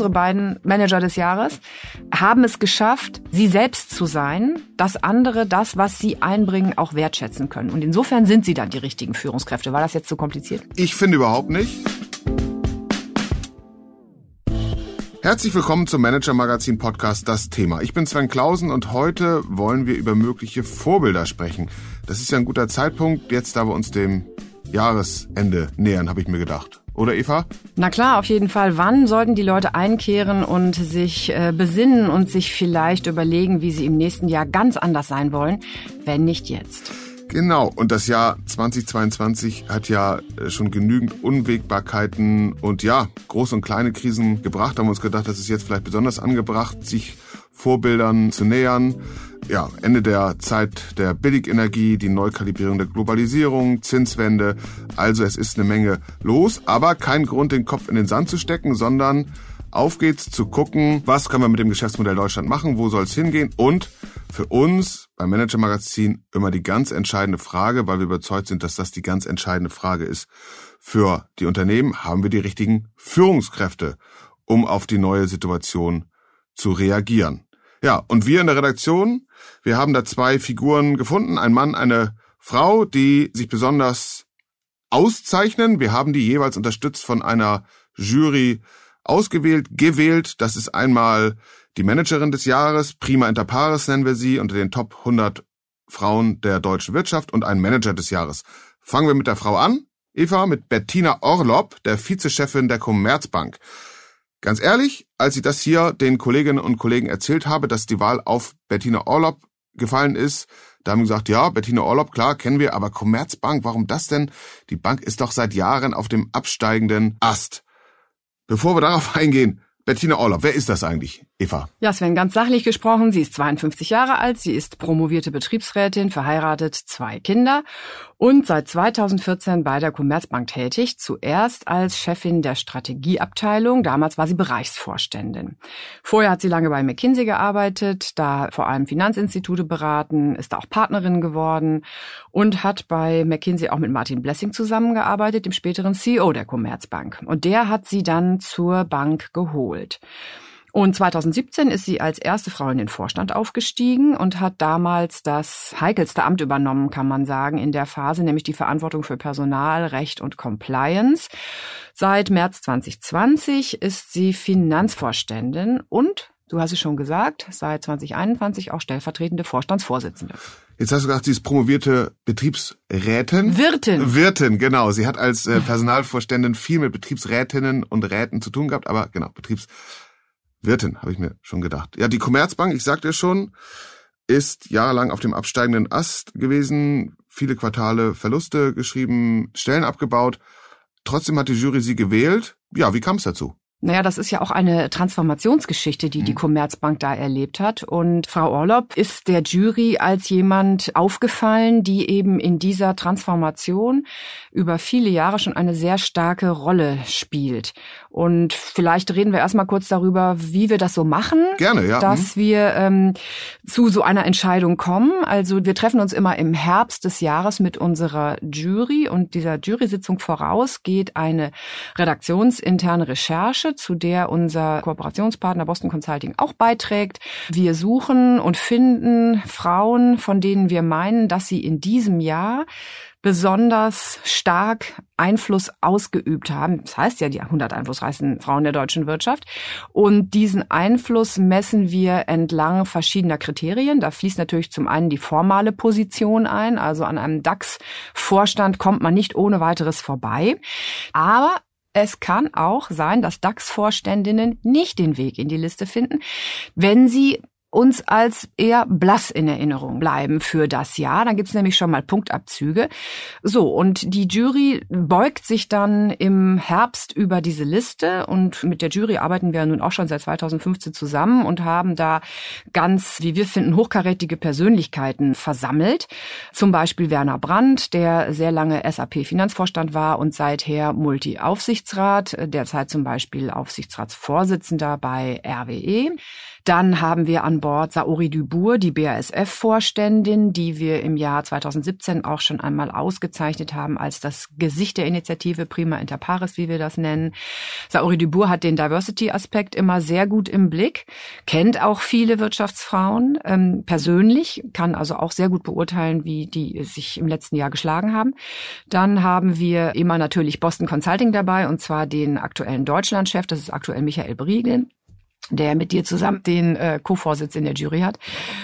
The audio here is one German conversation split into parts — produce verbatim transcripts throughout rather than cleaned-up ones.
unsere beiden Manager des Jahres, haben es geschafft, sie selbst zu sein, dass andere das, was sie einbringen, auch wertschätzen können. Und insofern sind sie dann die richtigen Führungskräfte. War das jetzt zu kompliziert? Ich finde überhaupt nicht. Herzlich willkommen zum Manager-Magazin-Podcast Das Thema. Ich bin Sven Clausen und heute wollen wir über mögliche Vorbilder sprechen. Das ist ja ein guter Zeitpunkt, jetzt da wir uns dem Jahresende nähern, habe ich mir gedacht. Oder Eva? Na klar, auf jeden Fall. Wann sollten die Leute einkehren und sich äh, besinnen und sich vielleicht überlegen, wie sie im nächsten Jahr ganz anders sein wollen, wenn nicht jetzt? Genau, und das Jahr zweitausendzweiundzwanzig hat ja schon genügend Unwägbarkeiten und ja, große und kleine Krisen gebracht. Da haben wir uns gedacht, das ist jetzt vielleicht besonders angebracht, sich Vorbildern zu nähern. Ja, Ende der Zeit der Billigenergie, die Neukalibrierung der Globalisierung, Zinswende. Also es ist eine Menge los, aber kein Grund, den Kopf in den Sand zu stecken, sondern auf geht's zu gucken, was können wir mit dem Geschäftsmodell Deutschland machen, wo soll es hingehen und für uns beim Manager-Magazin immer die ganz entscheidende Frage, weil wir überzeugt sind, dass das die ganz entscheidende Frage ist. Für die Unternehmen haben wir die richtigen Führungskräfte, um auf die neue Situation zu reagieren. Ja, und wir in der Redaktion, wir haben da zwei Figuren gefunden, ein Mann, eine Frau, die sich besonders auszeichnen. Wir haben die jeweils unterstützt von einer Jury ausgewählt, gewählt. Das ist einmal die Managerin des Jahres, Prima Inter Pares nennen wir sie, unter den Top hundert Frauen der deutschen Wirtschaft und ein Manager des Jahres. Fangen wir mit der Frau an, Eva, mit Bettina Orlopp, der Vizechefin der Commerzbank. Ganz ehrlich, als ich das hier den Kolleginnen und Kollegen erzählt habe, dass die Wahl auf Bettina Orlopp gefallen ist, da haben wir gesagt, ja, Bettina Orlopp, klar, kennen wir, aber Commerzbank, warum das denn? Die Bank ist doch seit Jahren auf dem absteigenden Ast. Bevor wir darauf eingehen, Bettina Orlopp, wer ist das eigentlich, Eva? Ja, Sven, ganz sachlich gesprochen, sie ist zweiundfünfzig Jahre alt, sie ist promovierte Betriebsrätin, verheiratet, zwei Kinder und seit zweitausendvierzehn bei der Commerzbank tätig, zuerst als Chefin der Strategieabteilung, damals war sie Bereichsvorständin. Vorher hat sie lange bei McKinsey gearbeitet, da vor allem Finanzinstitute beraten, ist auch Partnerin geworden und hat bei McKinsey auch mit Martin Blessing zusammengearbeitet, dem späteren C E O der Commerzbank. Und der hat sie dann zur Bank geholt. Und zweitausendsiebzehn ist sie als erste Frau in den Vorstand aufgestiegen und hat damals das heikelste Amt übernommen, kann man sagen, in der Phase, nämlich die Verantwortung für Personal, Recht und Compliance. Seit März zweitausendzwanzig ist sie Finanzvorständin und, du hast es schon gesagt, seit zweitausendeinundzwanzig auch stellvertretende Vorstandsvorsitzende. Jetzt hast du gesagt, sie ist promovierte Betriebsrätin. Wirtin. Wirtin, genau. Sie hat als äh, Personalvorständin viel mit Betriebsrätinnen und Räten zu tun gehabt, aber genau, Betriebswirtin, habe ich mir schon gedacht. Ja, die Commerzbank, ich sagte schon, ist jahrelang auf dem absteigenden Ast gewesen, viele Quartale Verluste geschrieben, Stellen abgebaut. Trotzdem hat die Jury sie gewählt. Ja, wie kam es dazu? Naja, das ist ja auch eine Transformationsgeschichte, die die Commerzbank da erlebt hat. Und Frau Orlopp ist der Jury als jemand aufgefallen, die eben in dieser Transformation über viele Jahre schon eine sehr starke Rolle spielt. Und vielleicht reden wir erstmal kurz darüber, wie wir das so machen. Gerne, ja. Dass wir ähm, zu so einer Entscheidung kommen. Also wir treffen uns immer im Herbst des Jahres mit unserer Jury und dieser Jury-Sitzung voraus geht eine redaktionsinterne Recherche, zu der unser Kooperationspartner Boston Consulting auch beiträgt. Wir suchen und finden Frauen, von denen wir meinen, dass sie in diesem Jahr besonders stark Einfluss ausgeübt haben. Das heißt ja die hundert einflussreichsten Frauen der deutschen Wirtschaft. Und diesen Einfluss messen wir entlang verschiedener Kriterien. Da fließt natürlich zum einen die formale Position ein. Also an einem DAX-Vorstand kommt man nicht ohne weiteres vorbei. Aber es kann auch sein, dass DAX-Vorständinnen nicht den Weg in die Liste finden, wenn sie uns als eher blass in Erinnerung bleiben für das Jahr. Dann gibt's nämlich schon mal Punktabzüge. So, und die Jury beugt sich dann im Herbst über diese Liste und mit der Jury arbeiten wir nun auch schon seit zweitausendfünfzehn zusammen und haben da ganz, wie wir finden, hochkarätige Persönlichkeiten versammelt. Zum Beispiel Werner Brandt, der sehr lange S A P-Finanzvorstand war und seither Multi-Aufsichtsrat, derzeit zum Beispiel Aufsichtsratsvorsitzender bei R W E. Dann haben wir an Bord Saori Dubourg, die B A S F-Vorständin, die wir im Jahr zweitausendsiebzehn auch schon einmal ausgezeichnet haben als das Gesicht der Initiative Prima Inter Pares, wie wir das nennen. Saori Dubourg hat den Diversity-Aspekt immer sehr gut im Blick, kennt auch viele Wirtschaftsfrauen ähm, persönlich, kann also auch sehr gut beurteilen, wie die sich im letzten Jahr geschlagen haben. Dann haben wir immer natürlich Boston Consulting dabei, und zwar den aktuellen Deutschlandchef, das ist aktuell Michael Briegel, der mit dir zusammen den äh, Co-Vorsitz in der Jury hat.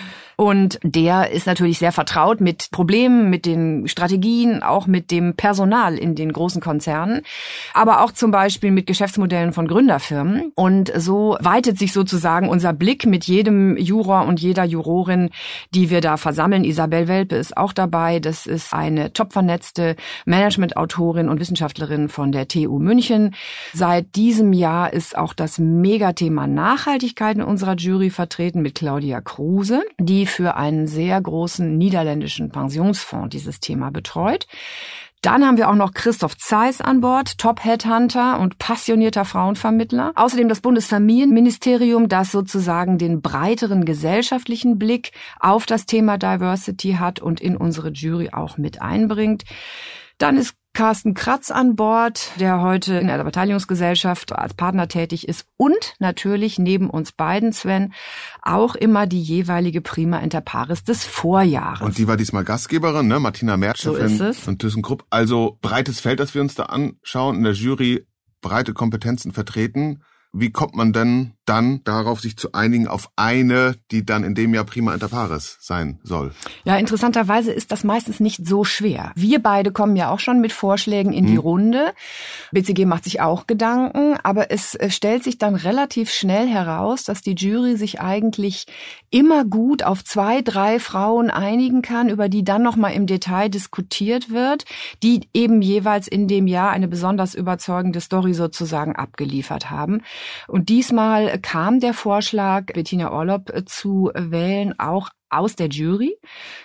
Und der ist natürlich sehr vertraut mit Problemen, mit den Strategien, auch mit dem Personal in den großen Konzernen, aber auch zum Beispiel mit Geschäftsmodellen von Gründerfirmen. Und so weitet sich sozusagen unser Blick mit jedem Juror und jeder Jurorin, die wir da versammeln. Isabel Welpe ist auch dabei. Das ist eine top vernetzte Management-Autorin und Wissenschaftlerin von der T U München. Seit diesem Jahr ist auch das Megathema Nachhaltigkeit in unserer Jury vertreten mit Claudia Kruse, die für einen sehr großen niederländischen Pensionsfonds dieses Thema betreut. Dann haben wir auch noch Christoph Zeiss an Bord, Top-Headhunter und passionierter Frauenvermittler. Außerdem das Bundesfamilienministerium, das sozusagen den breiteren gesellschaftlichen Blick auf das Thema Diversity hat und in unsere Jury auch mit einbringt. Dann ist Carsten Kratz an Bord, der heute in der Beteiligungsgesellschaft als Partner tätig ist, und natürlich neben uns beiden, Sven, auch immer die jeweilige Prima Inter Pares des Vorjahres. Und die war diesmal Gastgeberin, ne? Martina Mertschefin so und ThyssenKrupp. Also breites Feld, das wir uns da anschauen, in der Jury breite Kompetenzen vertreten. Wie kommt man denn dann darauf, sich zu einigen auf eine, die dann in dem Jahr Prima Inter Pares sein soll? Ja, interessanterweise ist das meistens nicht so schwer. Wir beide kommen ja auch schon mit Vorschlägen in hm. die Runde. B C G macht sich auch Gedanken, aber es stellt sich dann relativ schnell heraus, dass die Jury sich eigentlich immer gut auf zwei, drei Frauen einigen kann, über die dann nochmal im Detail diskutiert wird, die eben jeweils in dem Jahr eine besonders überzeugende Story sozusagen abgeliefert haben. Und diesmal kam der Vorschlag, Bettina Orlopp zu wählen, auch aus der Jury.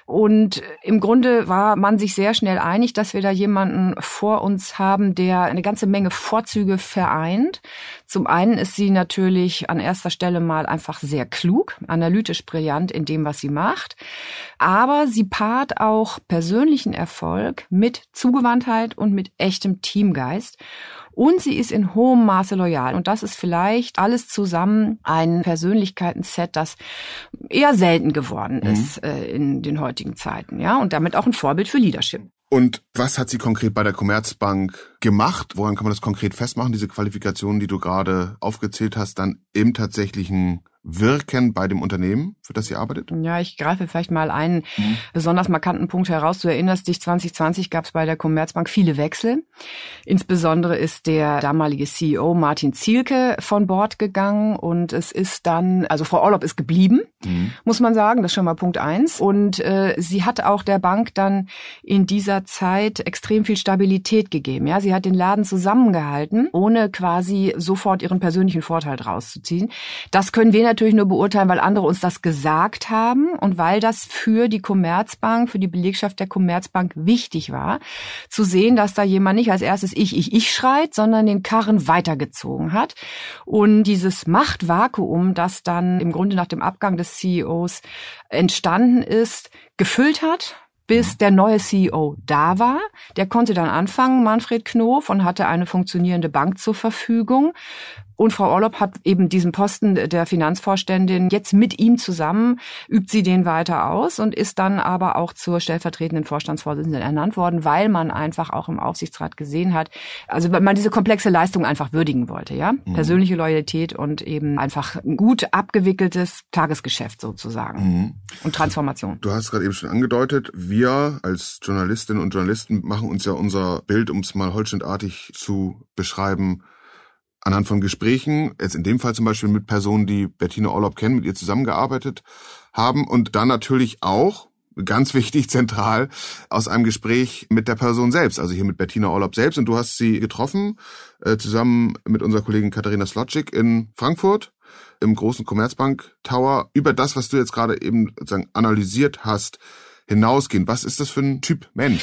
Und im Grunde war man sich sehr schnell einig, dass wir da jemanden vor uns haben, der eine ganze Menge Vorzüge vereint. Zum einen ist sie natürlich an erster Stelle mal einfach sehr klug, analytisch brillant in dem, was sie macht. Aber sie paart auch persönlichen Erfolg mit Zugewandtheit und mit echtem Teamgeist. Und sie ist in hohem Maße loyal. Und das ist vielleicht alles zusammen ein Persönlichkeitenset, das eher selten geworden ist mhm. äh, in den heutigen Zeiten. Ja, und damit auch ein Vorbild für Leadership. Und was hat sie konkret bei der Commerzbank gemacht? Woran kann man das konkret festmachen, diese Qualifikationen, die du gerade aufgezählt hast, dann im tatsächlichen Wirken bei dem Unternehmen, für das sie arbeitet? Ja, ich greife vielleicht mal einen mhm. besonders markanten Punkt heraus. Du erinnerst dich, zwanzig zwanzig gab es bei der Commerzbank viele Wechsel. Insbesondere ist der damalige C E O Martin Zielke von Bord gegangen und es ist dann, also Frau Orlopp ist geblieben, mhm. muss man sagen, das ist schon mal Punkt eins. Und äh, sie hat auch der Bank dann in dieser Zeit extrem viel Stabilität gegeben. Ja, sie hat den Laden zusammengehalten, ohne quasi sofort ihren persönlichen Vorteil draus zu ziehen. Das können wir natürlich nur beurteilen, weil andere uns das gesagt haben und weil das für die Commerzbank, für die Belegschaft der Commerzbank wichtig war, zu sehen, dass da jemand nicht als erstes ich, ich, ich schreit, sondern den Karren weitergezogen hat. Und dieses Machtvakuum, das dann im Grunde nach dem Abgang des C E Os entstanden ist, gefüllt hat, bis der neue C E O da war. Der konnte dann anfangen, Manfred Knof, und hatte eine funktionierende Bank zur Verfügung. Und Frau Orlopp hat eben diesen Posten der Finanzvorständin jetzt mit ihm zusammen, übt sie den weiter aus und ist dann aber auch zur stellvertretenden Vorstandsvorsitzenden ernannt worden, weil man einfach auch im Aufsichtsrat gesehen hat, also man diese komplexe Leistung einfach würdigen wollte, ja, mhm. persönliche Loyalität und eben einfach ein gut abgewickeltes Tagesgeschäft sozusagen mhm. und Transformation. Du hast gerade eben schon angedeutet, wir als Journalistinnen und Journalisten machen uns ja unser Bild, um es mal holzschnittartig zu beschreiben, anhand von Gesprächen, jetzt in dem Fall zum Beispiel mit Personen, die Bettina Orlopp kennen, mit ihr zusammengearbeitet haben und dann natürlich auch, ganz wichtig, zentral, aus einem Gespräch mit der Person selbst, also hier mit Bettina Orlopp selbst. Und du hast sie getroffen, äh, zusammen mit unserer Kollegin Katharina Slotschik in Frankfurt im großen Commerzbank Tower, über das, was du jetzt gerade eben sozusagen analysiert hast, hinausgehen. Was ist das für ein Typ Mensch?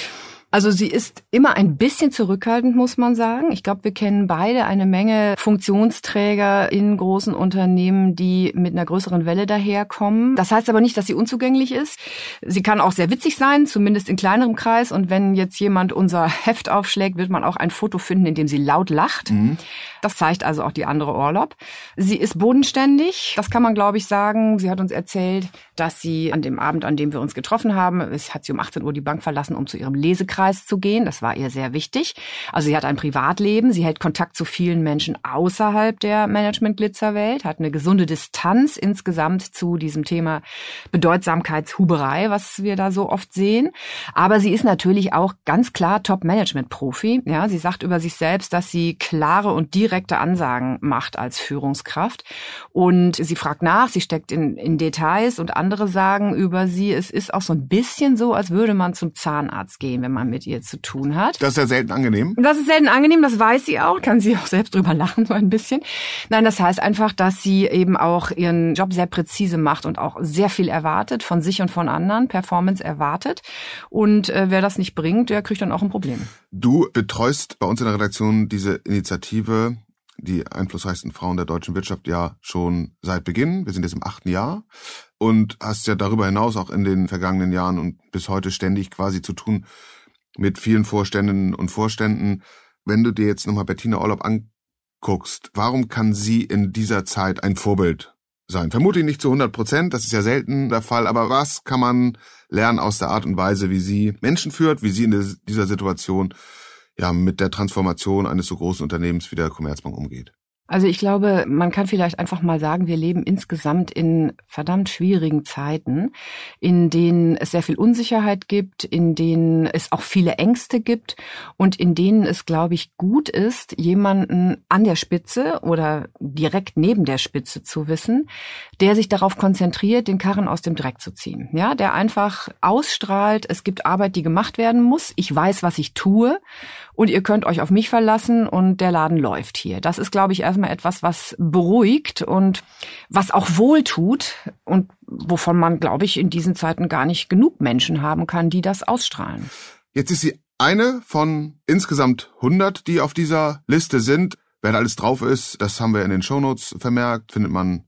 Also sie ist immer ein bisschen zurückhaltend, muss man sagen. Ich glaube, wir kennen beide eine Menge Funktionsträger in großen Unternehmen, die mit einer größeren Welle daherkommen. Das heißt aber nicht, dass sie unzugänglich ist. Sie kann auch sehr witzig sein, zumindest in kleinerem Kreis. Und wenn jetzt jemand unser Heft aufschlägt, wird man auch ein Foto finden, in dem sie laut lacht. Mhm. Das zeigt also auch die andere Orlob. Sie ist bodenständig, das kann man, glaube ich, sagen. Sie hat uns erzählt, dass sie an dem Abend, an dem wir uns getroffen haben, es hat sie um achtzehn Uhr die Bank verlassen, um zu ihrem Lesekreis zu gehen. Das war ihr sehr wichtig. Also sie hat ein Privatleben, sie hält Kontakt zu vielen Menschen außerhalb der Management-Glitzerwelt, hat eine gesunde Distanz insgesamt zu diesem Thema Bedeutsamkeitshuberei, was wir da so oft sehen. Aber sie ist natürlich auch ganz klar Top-Management-Profi. Ja, sie sagt über sich selbst, dass sie klare und direkte Ansagen macht als Führungskraft. Und sie fragt nach, sie steckt in, in Details und andere sagen über sie, es ist auch so ein bisschen so, als würde man zum Zahnarzt gehen, wenn man mit ihr zu tun hat. Das ist ja selten angenehm. Das ist selten angenehm, das weiß sie auch, kann sie auch selbst drüber lachen, so ein bisschen. Nein, das heißt einfach, dass sie eben auch ihren Job sehr präzise macht und auch sehr viel erwartet, von sich und von anderen, Performance erwartet. Und äh, wer das nicht bringt, der kriegt dann auch ein Problem. Du betreust bei uns in der Redaktion diese Initiative, die einflussreichsten Frauen der deutschen Wirtschaft, ja schon seit Beginn. Wir sind jetzt im achten Jahr und hast ja darüber hinaus auch in den vergangenen Jahren und bis heute ständig quasi zu tun mit vielen Vorständinnen und Vorständen. Wenn du dir jetzt nochmal Bettina Orlob anguckst, warum kann sie in dieser Zeit ein Vorbild sein? Vermutlich nicht zu hundert Prozent, das ist ja selten der Fall, aber was kann man lernen aus der Art und Weise, wie sie Menschen führt, wie sie in dieser Situation ja mit der Transformation eines so großen Unternehmens wie der Commerzbank umgeht? Also ich glaube, man kann vielleicht einfach mal sagen, wir leben insgesamt in verdammt schwierigen Zeiten, in denen es sehr viel Unsicherheit gibt, in denen es auch viele Ängste gibt und in denen es, glaube ich, gut ist, jemanden an der Spitze oder direkt neben der Spitze zu wissen, der sich darauf konzentriert, den Karren aus dem Dreck zu ziehen. Ja, der einfach ausstrahlt, es gibt Arbeit, die gemacht werden muss, ich weiß, was ich tue und ihr könnt euch auf mich verlassen und der Laden läuft hier. Das ist, glaube ich, erstmal etwas, was beruhigt und was auch wohltut und wovon man, glaube ich, in diesen Zeiten gar nicht genug Menschen haben kann, die das ausstrahlen. Jetzt ist sie eine von insgesamt hundert, die auf dieser Liste sind. Wer da alles drauf ist, das haben wir in den Shownotes vermerkt, findet man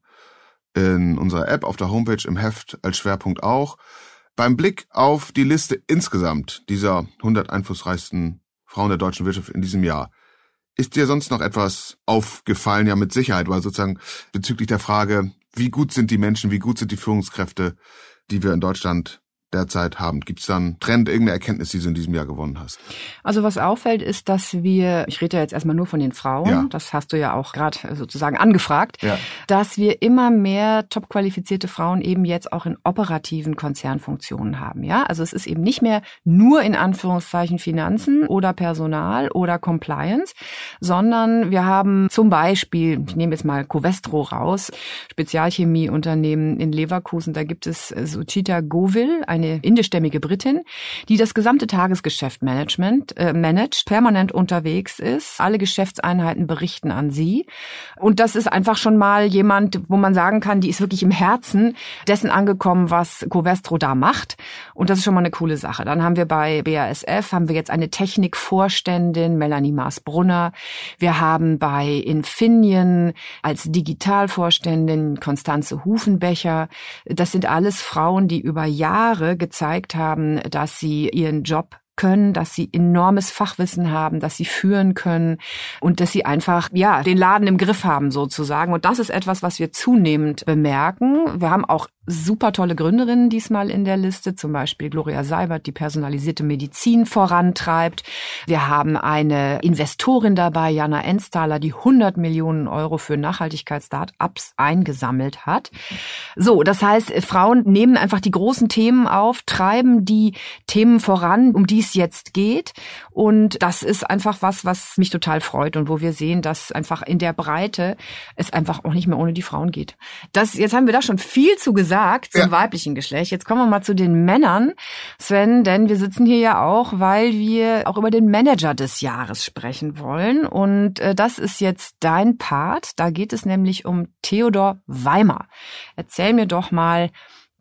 in unserer App, auf der Homepage, im Heft als Schwerpunkt auch. Beim Blick auf die Liste insgesamt dieser hundert einflussreichsten Frauen der deutschen Wirtschaft in diesem Jahr, ist dir sonst noch etwas aufgefallen? Ja, mit Sicherheit, weil sozusagen bezüglich der Frage, wie gut sind die Menschen, wie gut sind die Führungskräfte, die wir in Deutschland derzeit haben. Gibt es da einen Trend, irgendeine Erkenntnis, die du in diesem Jahr gewonnen hast? Also was auffällt, ist, dass wir, ich rede ja jetzt erstmal nur von den Frauen, ja. Das hast du ja auch gerade sozusagen angefragt, ja. Dass wir immer mehr top qualifizierte Frauen eben jetzt auch in operativen Konzernfunktionen haben. Ja, also es ist eben nicht mehr nur in Anführungszeichen Finanzen oder Personal oder Compliance, sondern wir haben zum Beispiel, ich nehme jetzt mal Covestro raus, Spezialchemieunternehmen in Leverkusen, da gibt es Suchita Govil, eine indischstämmige Britin, die das gesamte Tagesgeschäft Management, äh, managt, permanent unterwegs ist. Alle Geschäftseinheiten berichten an sie. Und das ist einfach schon mal jemand, wo man sagen kann, die ist wirklich im Herzen dessen angekommen, was Covestro da macht. Und das ist schon mal eine coole Sache. Dann haben wir bei B A S F, haben wir jetzt eine Technikvorständin, Melanie Maas-Brunner. Wir haben bei Infineon als Digitalvorständin Konstanze Hufenbecher. Das sind alles Frauen, die über Jahre gezeigt haben, dass sie ihren Job können, dass sie enormes Fachwissen haben, dass sie führen können und dass sie einfach, ja, den Laden im Griff haben sozusagen. Und das ist etwas, was wir zunehmend bemerken. Wir haben auch super tolle Gründerinnen diesmal in der Liste, zum Beispiel Gloria Seibert, die personalisierte Medizin vorantreibt. Wir haben eine Investorin dabei, Jana Enstahler, die hundert Millionen Euro für Nachhaltigkeits-Startups eingesammelt hat. So, das heißt, Frauen nehmen einfach die großen Themen auf, treiben die Themen voran, um die es jetzt geht. Und das ist einfach was, was mich total freut und wo wir sehen, dass einfach in der Breite es einfach auch nicht mehr ohne die Frauen geht. Das, jetzt haben wir da schon viel zu gesagt. Zum ja. weiblichen Geschlecht. Jetzt kommen wir mal zu den Männern, Sven, denn wir sitzen hier ja auch, weil wir auch über den Manager des Jahres sprechen wollen. Und äh, das ist jetzt dein Part. Da geht es nämlich um Theodor Weimer. Erzähl mir doch mal,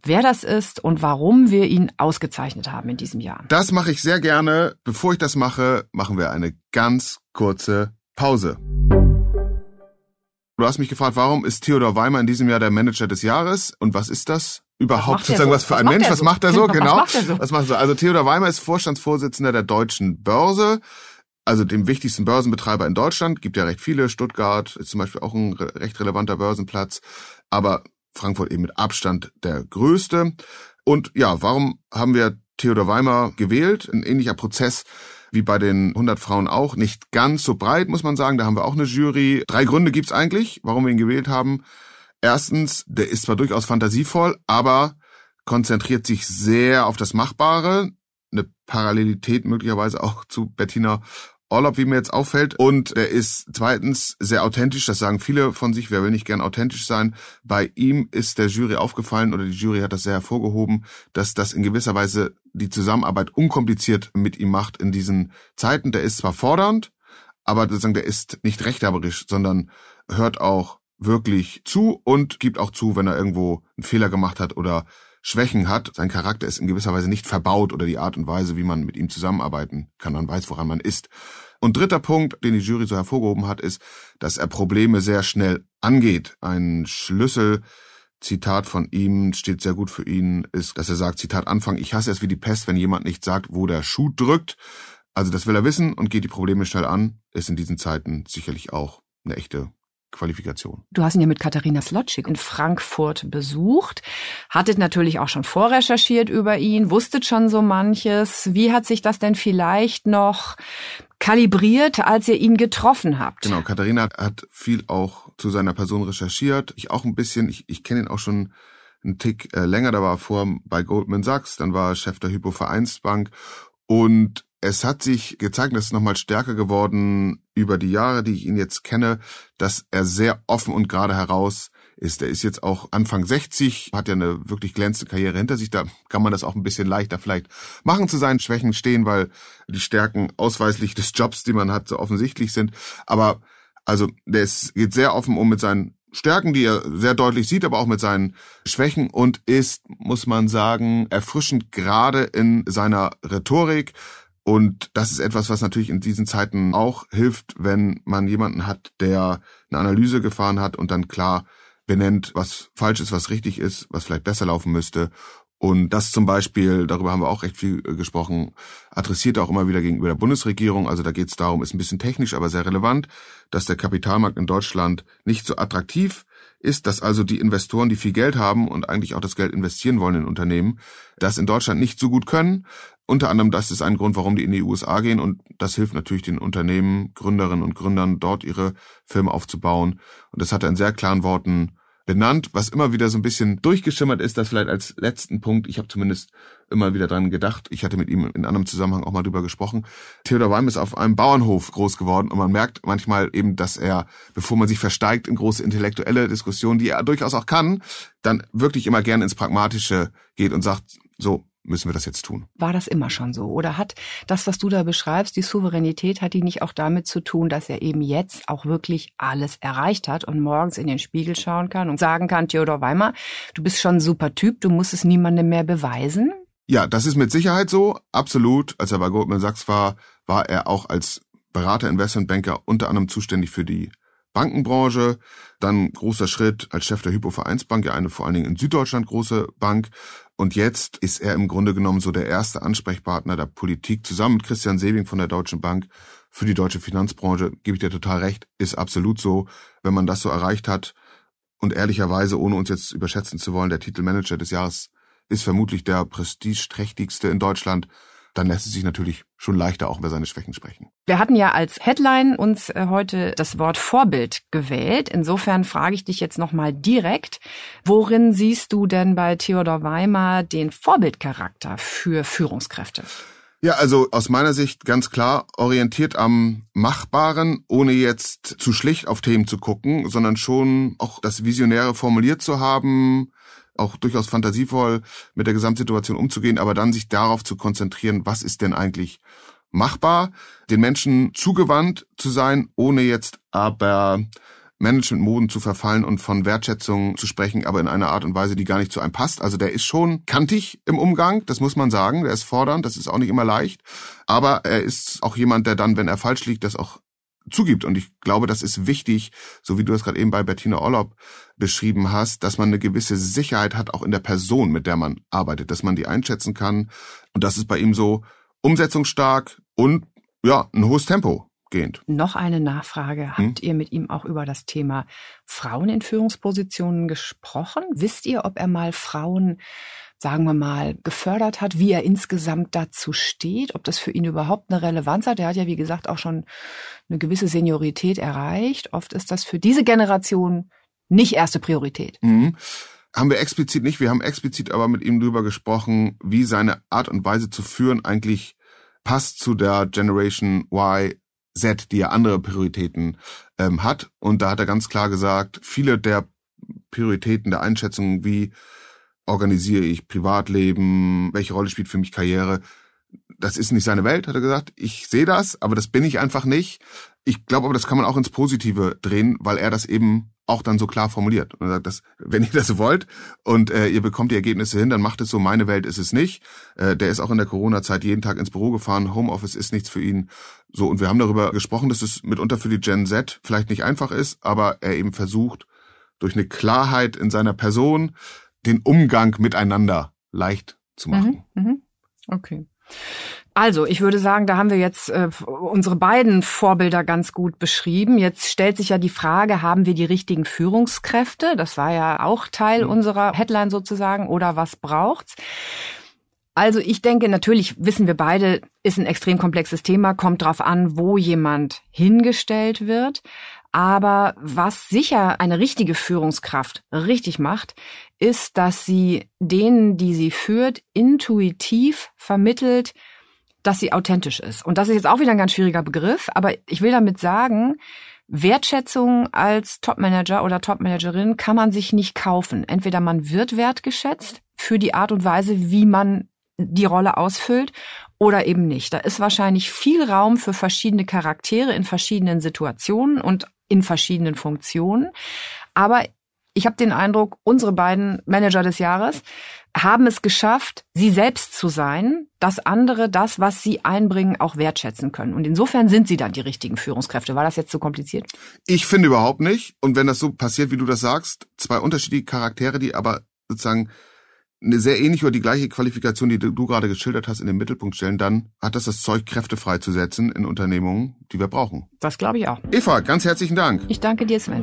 wer das ist und warum wir ihn ausgezeichnet haben in diesem Jahr. Das mache ich sehr gerne. Bevor ich das mache, machen wir eine ganz kurze Pause. Du hast mich gefragt, warum ist Theodor Weimer in diesem Jahr der Manager des Jahres? Und was ist das überhaupt? Sozusagen, so? Was für was ein Mensch? Was macht er so? Genau. Was macht er so? Was macht er so? Also Theodor Weimer ist Vorstandsvorsitzender der Deutschen Börse, also dem wichtigsten Börsenbetreiber in Deutschland. Gibt ja recht viele. Stuttgart ist zum Beispiel auch ein recht relevanter Börsenplatz. Aber Frankfurt eben mit Abstand der größte. Und ja, warum haben wir Theodor Weimer gewählt? Ein ähnlicher Prozess wie bei den hundert Frauen auch, nicht ganz so breit, muss man sagen. Da haben wir auch eine Jury. Drei Gründe gibt's eigentlich, warum wir ihn gewählt haben. Erstens, der ist zwar durchaus fantasievoll, aber konzentriert sich sehr auf das Machbare. Eine Parallelität möglicherweise auch zu Bettina Orlopp, wie mir jetzt auffällt. Und der ist zweitens sehr authentisch, das sagen viele von sich, wer will nicht gern authentisch sein. Bei ihm ist der Jury aufgefallen, oder die Jury hat das sehr hervorgehoben, dass das in gewisser Weise die Zusammenarbeit unkompliziert mit ihm macht in diesen Zeiten. Der ist zwar fordernd, aber sozusagen der ist nicht rechthaberisch, sondern hört auch wirklich zu und gibt auch zu, wenn er irgendwo einen Fehler gemacht hat oder Schwächen hat. Sein Charakter ist in gewisser Weise nicht verbaut oder die Art und Weise, wie man mit ihm zusammenarbeiten kann. Man weiß, woran man ist. Und dritter Punkt, den die Jury so hervorgehoben hat, ist, dass er Probleme sehr schnell angeht. Ein Schlüsselzitat von ihm steht sehr gut für ihn, ist, dass er sagt, Zitat Anfang, ich hasse es wie die Pest, wenn jemand nicht sagt, wo der Schuh drückt. Also das will er wissen und geht die Probleme schnell an. Ist in diesen Zeiten sicherlich auch eine echte Qualifikation. Du hast ihn ja mit Katharina Slotschik in Frankfurt besucht, hattet natürlich auch schon vorrecherchiert über ihn, wusstet schon so manches. Wie hat sich das denn vielleicht noch kalibriert, als ihr ihn getroffen habt? Genau, Katharina hat, hat viel auch zu seiner Person recherchiert. Ich auch ein bisschen, ich, ich kenne ihn auch schon einen Tick äh, länger, da war er vor bei Goldman Sachs, dann war er Chef der Hypo Vereinsbank und es hat sich gezeigt, das ist nochmal stärker geworden über die Jahre, die ich ihn jetzt kenne, dass er sehr offen und gerade heraus ist. Er ist jetzt auch Anfang sechzig, hat ja eine wirklich glänzende Karriere hinter sich. Da kann man das auch ein bisschen leichter vielleicht machen, zu seinen Schwächen stehen, weil die Stärken ausweislich des Jobs, die man hat, so offensichtlich sind. Aber also der ist, geht sehr offen um mit seinen Stärken, die er sehr deutlich sieht, aber auch mit seinen Schwächen und ist, muss man sagen, erfrischend gerade in seiner Rhetorik. Und das ist etwas, was natürlich in diesen Zeiten auch hilft, wenn man jemanden hat, der eine Analyse gefahren hat und dann klar benennt, was falsch ist, was richtig ist, was vielleicht besser laufen müsste. Und das zum Beispiel, darüber haben wir auch recht viel gesprochen, adressiert auch immer wieder gegenüber der Bundesregierung. Also da geht es darum, ist ein bisschen technisch, aber sehr relevant, dass der Kapitalmarkt in Deutschland nicht so attraktiv ist, dass also die Investoren, die viel Geld haben und eigentlich auch das Geld investieren wollen in Unternehmen, das in Deutschland nicht so gut können. Unter anderem, das ist ein Grund, warum die in die U S A gehen und das hilft natürlich den Unternehmen, Gründerinnen und Gründern, dort ihre Firmen aufzubauen. Und das hat er in sehr klaren Worten benannt, was immer wieder so ein bisschen durchgeschimmert ist, das vielleicht als letzten Punkt, ich habe zumindest immer wieder dran gedacht, ich hatte mit ihm in anderem Zusammenhang auch mal drüber gesprochen, Theodor Weimer ist auf einem Bauernhof groß geworden und man merkt manchmal eben, dass er, bevor man sich versteigt in große intellektuelle Diskussionen, die er durchaus auch kann, dann wirklich immer gerne ins Pragmatische geht und sagt, so, müssen wir das jetzt tun. War das immer schon so? Oder hat das, was du da beschreibst, die Souveränität, hat die nicht auch damit zu tun, dass er eben jetzt auch wirklich alles erreicht hat und morgens in den Spiegel schauen kann und sagen kann, Theodor Weimer, du bist schon ein super Typ, du musst es niemandem mehr beweisen? Ja, das ist mit Sicherheit so, absolut. Als er bei Goldman Sachs war, war er auch als Berater, Investmentbanker unter anderem zuständig für die Bankenbranche, dann großer Schritt als Chef der Hypo Vereinsbank, ja eine vor allen Dingen in Süddeutschland große Bank. Und jetzt ist er im Grunde genommen so der erste Ansprechpartner der Politik, zusammen mit Christian Sewing von der Deutschen Bank für die deutsche Finanzbranche. Gebe ich dir total recht, ist absolut so. Wenn man das so erreicht hat und ehrlicherweise, ohne uns jetzt überschätzen zu wollen, der Titel Manager des Jahres ist vermutlich der prestigeträchtigste in Deutschland, dann lässt es sich natürlich schon leichter auch über seine Schwächen sprechen. Wir hatten ja als Headline uns heute das Wort Vorbild gewählt. Insofern frage ich dich jetzt nochmal direkt, worin siehst du denn bei Theodor Weimer den Vorbildcharakter für Führungskräfte? Ja, also aus meiner Sicht ganz klar orientiert am Machbaren, ohne jetzt zu schlicht auf Themen zu gucken, sondern schon auch das Visionäre formuliert zu haben, auch durchaus fantasievoll mit der Gesamtsituation umzugehen, aber dann sich darauf zu konzentrieren, was ist denn eigentlich machbar, den Menschen zugewandt zu sein, ohne jetzt aber Managementmoden zu verfallen und von Wertschätzung zu sprechen, aber in einer Art und Weise, die gar nicht zu einem passt. Also der ist schon kantig im Umgang, das muss man sagen. Der ist fordernd, das ist auch nicht immer leicht. Aber er ist auch jemand, der dann, wenn er falsch liegt, das auch zugibt. Und ich glaube, das ist wichtig, so wie du es gerade eben bei Bettina Orlopp beschrieben hast, dass man eine gewisse Sicherheit hat, auch in der Person, mit der man arbeitet, dass man die einschätzen kann. Und das ist bei ihm so umsetzungsstark und ja, ein hohes Tempo. Gehend. Noch eine Nachfrage. Habt hm? ihr mit ihm auch über das Thema Frauen in Führungspositionen gesprochen? Wisst ihr, ob er mal Frauen, sagen wir mal, gefördert hat, wie er insgesamt dazu steht, ob das für ihn überhaupt eine Relevanz hat? Er hat ja, wie gesagt, auch schon eine gewisse Seniorität erreicht. Oft ist das für diese Generation nicht erste Priorität. Mhm. Haben wir explizit nicht. Wir haben explizit aber mit ihm drüber gesprochen, wie seine Art und Weise zu führen eigentlich passt zu der Generation Y Z, die ja andere Prioritäten ähm, hat. Und da hat er ganz klar gesagt, viele der Prioritäten, der Einschätzungen, wie organisiere ich Privatleben, welche Rolle spielt für mich Karriere, das ist nicht seine Welt, hat er gesagt. Ich sehe das, aber das bin ich einfach nicht. Ich glaube aber, das kann man auch ins Positive drehen, weil er das eben auch dann so klar formuliert. Und er sagt, dass, wenn ihr das wollt und äh, ihr bekommt die Ergebnisse hin, dann macht es so, meine Welt ist es nicht. Äh, der ist auch in der Corona-Zeit jeden Tag ins Büro gefahren, Homeoffice ist nichts für ihn. So, und wir haben darüber gesprochen, dass es mitunter für die Gen Z vielleicht nicht einfach ist, aber er eben versucht, durch eine Klarheit in seiner Person den Umgang miteinander leicht zu machen. Mhm, mhm. Okay. Also, ich würde sagen, da haben wir jetzt äh, unsere beiden Vorbilder ganz gut beschrieben. Jetzt stellt sich ja die Frage, haben wir die richtigen Führungskräfte? Das war ja auch Teil mhm. unserer Headline sozusagen. Oder was braucht's? Also ich denke, natürlich wissen wir beide, ist ein extrem komplexes Thema, kommt drauf an, wo jemand hingestellt wird. Aber was sicher eine richtige Führungskraft richtig macht, ist, dass sie denen, die sie führt, intuitiv vermittelt, dass sie authentisch ist. Und das ist jetzt auch wieder ein ganz schwieriger Begriff, aber ich will damit sagen, Wertschätzung als Topmanager oder Topmanagerin kann man sich nicht kaufen. Entweder man wird wertgeschätzt für die Art und Weise, wie man die Rolle ausfüllt, oder eben nicht. Da ist wahrscheinlich viel Raum für verschiedene Charaktere in verschiedenen Situationen und in verschiedenen Funktionen. Aber ich habe den Eindruck, unsere beiden Manager des Jahres haben es geschafft, sie selbst zu sein, dass andere das, was sie einbringen, auch wertschätzen können. Und insofern sind sie dann die richtigen Führungskräfte. War das jetzt zu kompliziert? Ich finde überhaupt nicht. Und wenn das so passiert, wie du das sagst, zwei unterschiedliche Charaktere, die aber sozusagen eine sehr ähnliche oder die gleiche Qualifikation, die du, du gerade geschildert hast, in den Mittelpunkt stellen, dann hat das das Zeug, Kräfte freizusetzen in Unternehmungen, die wir brauchen. Das glaube ich auch. Eva, ganz herzlichen Dank. Ich danke dir, Sven.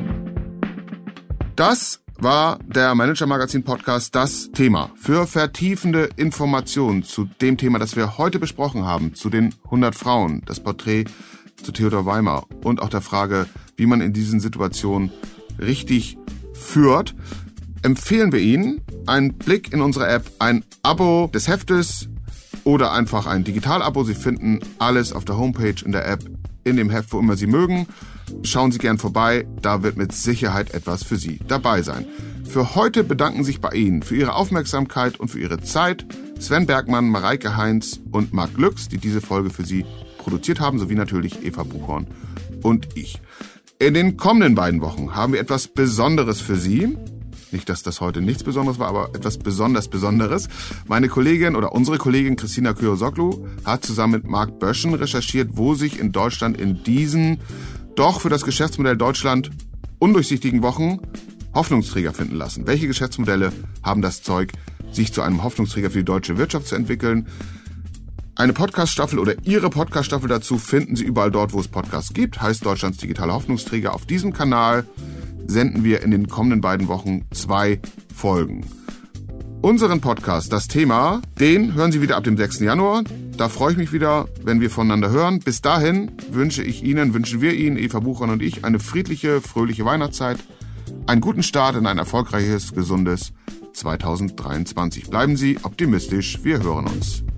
Das war der Manager-Magazin-Podcast Das Thema. Für vertiefende Informationen zu dem Thema, das wir heute besprochen haben, zu den hundert Frauen, das Porträt zu Theodor Weimer und auch der Frage, wie man in diesen Situationen richtig führt, empfehlen wir Ihnen einen Blick in unsere App, ein Abo des Heftes oder einfach ein Digital-Abo. Sie finden alles auf der Homepage, in der App, in dem Heft, wo immer Sie mögen. Schauen Sie gern vorbei, da wird mit Sicherheit etwas für Sie dabei sein. Für heute bedanken sich bei Ihnen für Ihre Aufmerksamkeit und für Ihre Zeit Sven Bergmann, Mareike Heinz und Marc Glücks, die diese Folge für Sie produziert haben, sowie natürlich Eva Buchhorn und ich. In den kommenden beiden Wochen haben wir etwas Besonderes für Sie. Nicht, dass das heute nichts Besonderes war, aber etwas besonders Besonderes. Meine Kollegin oder unsere Kollegin Christina Kyosoglu hat zusammen mit Marc Böschen recherchiert, wo sich in Deutschland in diesen doch für das Geschäftsmodell Deutschland undurchsichtigen Wochen Hoffnungsträger finden lassen. Welche Geschäftsmodelle haben das Zeug, sich zu einem Hoffnungsträger für die deutsche Wirtschaft zu entwickeln? Eine Podcast-Staffel oder Ihre Podcast-Staffel dazu finden Sie überall dort, wo es Podcasts gibt. Heißt Deutschlands digitale Hoffnungsträger. Auf diesem Kanal senden wir in den kommenden beiden Wochen zwei Folgen. Unseren Podcast, das Thema, den hören Sie wieder ab dem sechsten Januar. Da freue ich mich wieder, wenn wir voneinander hören. Bis dahin wünsche ich Ihnen, wünschen wir Ihnen, Eva Buchhorn und ich, eine friedliche, fröhliche Weihnachtszeit, einen guten Start in ein erfolgreiches, gesundes zweitausenddreiundzwanzig. Bleiben Sie optimistisch, wir hören uns.